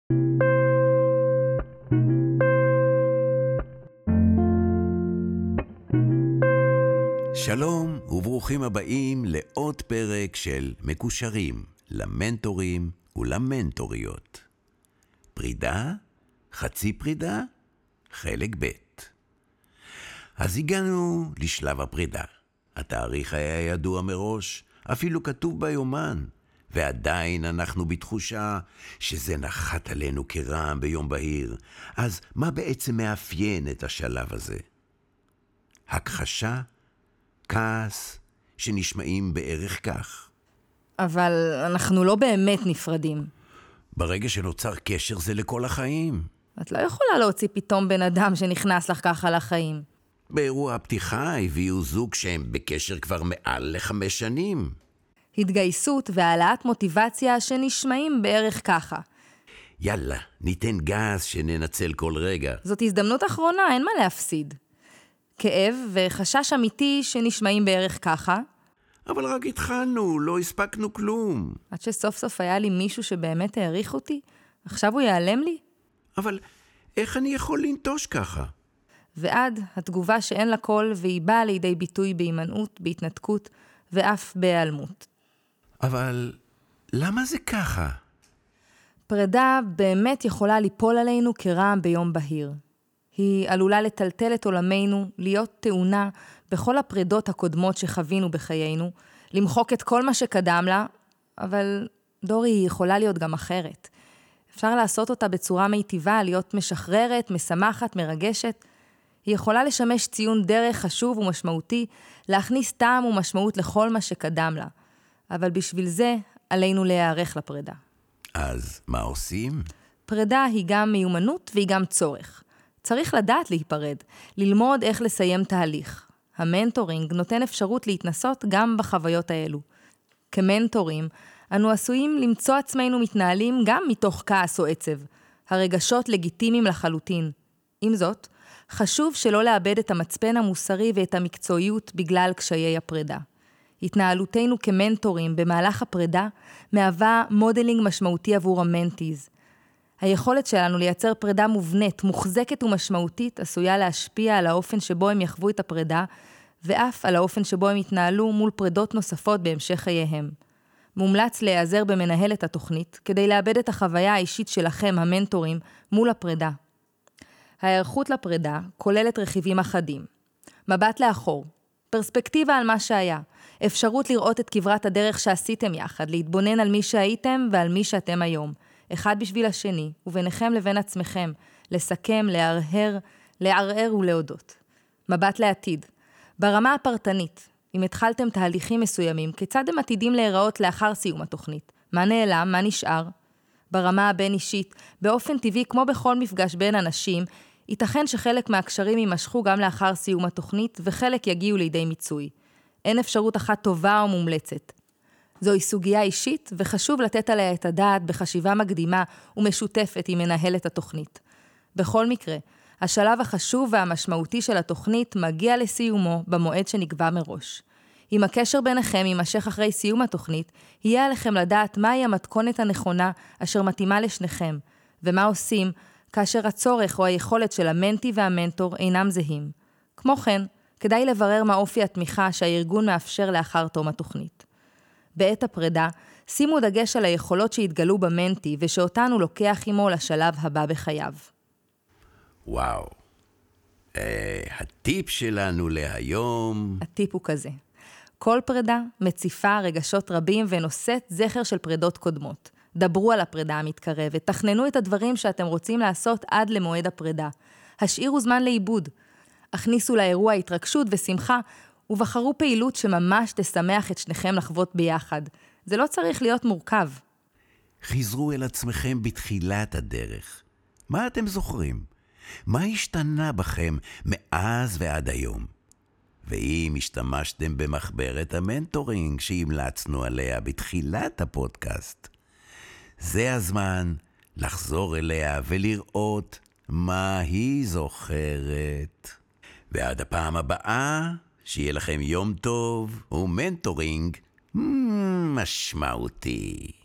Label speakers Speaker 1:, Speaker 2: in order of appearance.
Speaker 1: שלום וברוכים הבאים לעוד פרק של מקושרים למנטורים ולמנטוריות. פרידה, חצי פרידה, חלק ב'. אז הגענו לשלב הפרידה. התאריך היה ידוע מראש, אפילו כתוב ביומן, ועדיין אנחנו בתחושה שזה נחת עלינו כרעם ביום בהיר. אז מה בעצם מאפיין את השלב הזה? הכחשה, כעס, שנשמעים בערך כך.
Speaker 2: אבל אנחנו לא באמת נפרדים.
Speaker 1: ברגע שנוצר קשר זה לכל החיים.
Speaker 2: את לא יכולה להוציא פתאום בן אדם שנכנס לך ככה לחיים.
Speaker 1: באירוע הפתיחה הביאו זוג שהם בקשר כבר מעל 5 שנים.
Speaker 2: התגייסות והעלאת מוטיבציה שנשמעים בערך ככה.
Speaker 1: יאללה, ניתן גז שננצל כל רגע.
Speaker 2: זאת הזדמנות אחרונה, אין מה להפסיד. כאב וחשש אמיתי שנשמעים בערך ככה.
Speaker 1: אבל רק התחלנו, לא הספקנו כלום.
Speaker 2: עד שסוף סוף היה לי מישהו שבאמת העריך אותי, עכשיו הוא ייעלם לי?
Speaker 1: אבל איך אני יכול לנטוש ככה?
Speaker 2: ועד התגובה שאין לה קול והיא באה לידי ביטוי בהימנעות, בהתנתקות ואף בהיעלמות.
Speaker 1: אבל למה זה ככה?
Speaker 2: פרידה באמת יכולה ליפול עלינו כרעם ביום בהיר. היא עלולה לטלטל את עולמנו, להיות טעונה בכל הפרידות הקודמות שחווינו בחיינו, למחוק את כל מה שקדם לה, אבל דורי היא יכולה להיות גם אחרת. אפשר לעשות אותה בצורה מיטיבה, להיות משחררת, משמחת, מרגשת. היא יכולה לשמש ציון דרך חשוב ומשמעותי, להכניס טעם ומשמעות לכל מה שקדם לה. אבל בשביל זה עלינו להיערך לפרידה.
Speaker 1: אז מה עושים?
Speaker 2: פרידה היא גם מיומנות והיא גם צורך. צריך לדעת להיפרד, ללמוד איך לסיים תהליך. המנטורינג נותן אפשרות להתנסות גם בחוויות האלו. כמנטורים, אנו עשויים למצוא עצמנו מתנהלים גם מתוך כעס או עצב. הרגשות לגיטימיים לחלוטין. עם זאת, חשוב שלא לאבד את המצפן המוסרי ואת המקצועיות בגלל קשיי הפרידה. התנהלותנו כמנטורים במהלך הפרידה מהווה מודלינג משמעותי עבור המנטיז. היכולת שלנו לייצר פרידה מובנית, מוחזקת ומשמעותית, עשויה להשפיע על האופן שבו הם יחוו את הפרידה, ואף על האופן שבו הם יתנהלו מול פרידות נוספות בהמשך חייהם. מומלץ להיעזר במנהלת התוכנית, כדי לאבד את החוויה האישית שלכם, המנטורים, מול הפרידה. ההיערכות לפרידה כוללת רכיבים אחדים. מבט לאחור, פרספקטיבה על מה שהיה, אפשרות לראות את כברת הדרך שעשיתם יחד, להתבונן על מי שהייתם ועל מי שאתם היום. אחד בשביל השני, וביניכם לבין עצמכם, לסכם, לערער ולהודות. מבט לעתיד. ברמה הפרטנית, אם התחלתם תהליכים מסוימים, כיצד הם עתידים להיראות לאחר סיום התוכנית? מה נעלם? מה נשאר? ברמה הבין-אישית, באופן טבעי, כמו בכל מפגש בין אנשים, ייתכן שחלק מהקשרים יימשכו גם לאחר סיום התוכנית, וחלק יגיעו לידי מיצוי. אין אפשרות אחת טובה או מומלצת. זוהי סוגיה אישית, וחשוב לתת עליה את הדעת בחשיבה מקדימה ומשותפת עם מנהלת התוכנית. בכל מקרה, השלב החשוב והמשמעותי של התוכנית מגיע לסיומו במועד שנקבע מראש. אם הקשר ביניכם יימשך אחרי סיום התוכנית, יהיה עליכם לדעת מהי המתכונת הנכונה אשר מתאימה לשניכם, ומה עושים כאשר הצורך או היכולת של המנטי והמנטור אינם זהים. כמו כן, כדאי לברר מה אופי התמיכה שהארגון מאפשר לאחר תום התוכנית. בעת הפרידה, שימו דגש על היכולות שהתגלו במנטי ושאותן הוא לוקח עמו לשלב הבא בחייו.
Speaker 1: וואו. הטיפ שלנו להיום...
Speaker 2: הטיפ הוא כזה. כל פרידה מציפה רגשות רבים ונושאת זכר של פרידות קודמות. דברו על הפרידה המתקרבת, תכננו את הדברים שאתם רוצים לעשות עד למועד הפרידה. השאירו זמן לאיבוד. הכניסו לאירוע התרגשות ושמחה, ובחרו פעילות שממש תשמח את שניכם לחוות ביחד. זה לא צריך להיות מורכב.
Speaker 1: חזרו אל עצמכם בתחילת הדרך. מה אתם זוכרים? מה השתנה בכם מאז ועד היום? ואם השתמשתם במחברת המנטורינג שהמלצנו עליה בתחילת הפודקאסט, זה הזמן לחזור אליה ולראות מה היא זוכרת. ועד הפעם הבאה, שיהיה לכם יום טוב ומנטורינג משמעותי.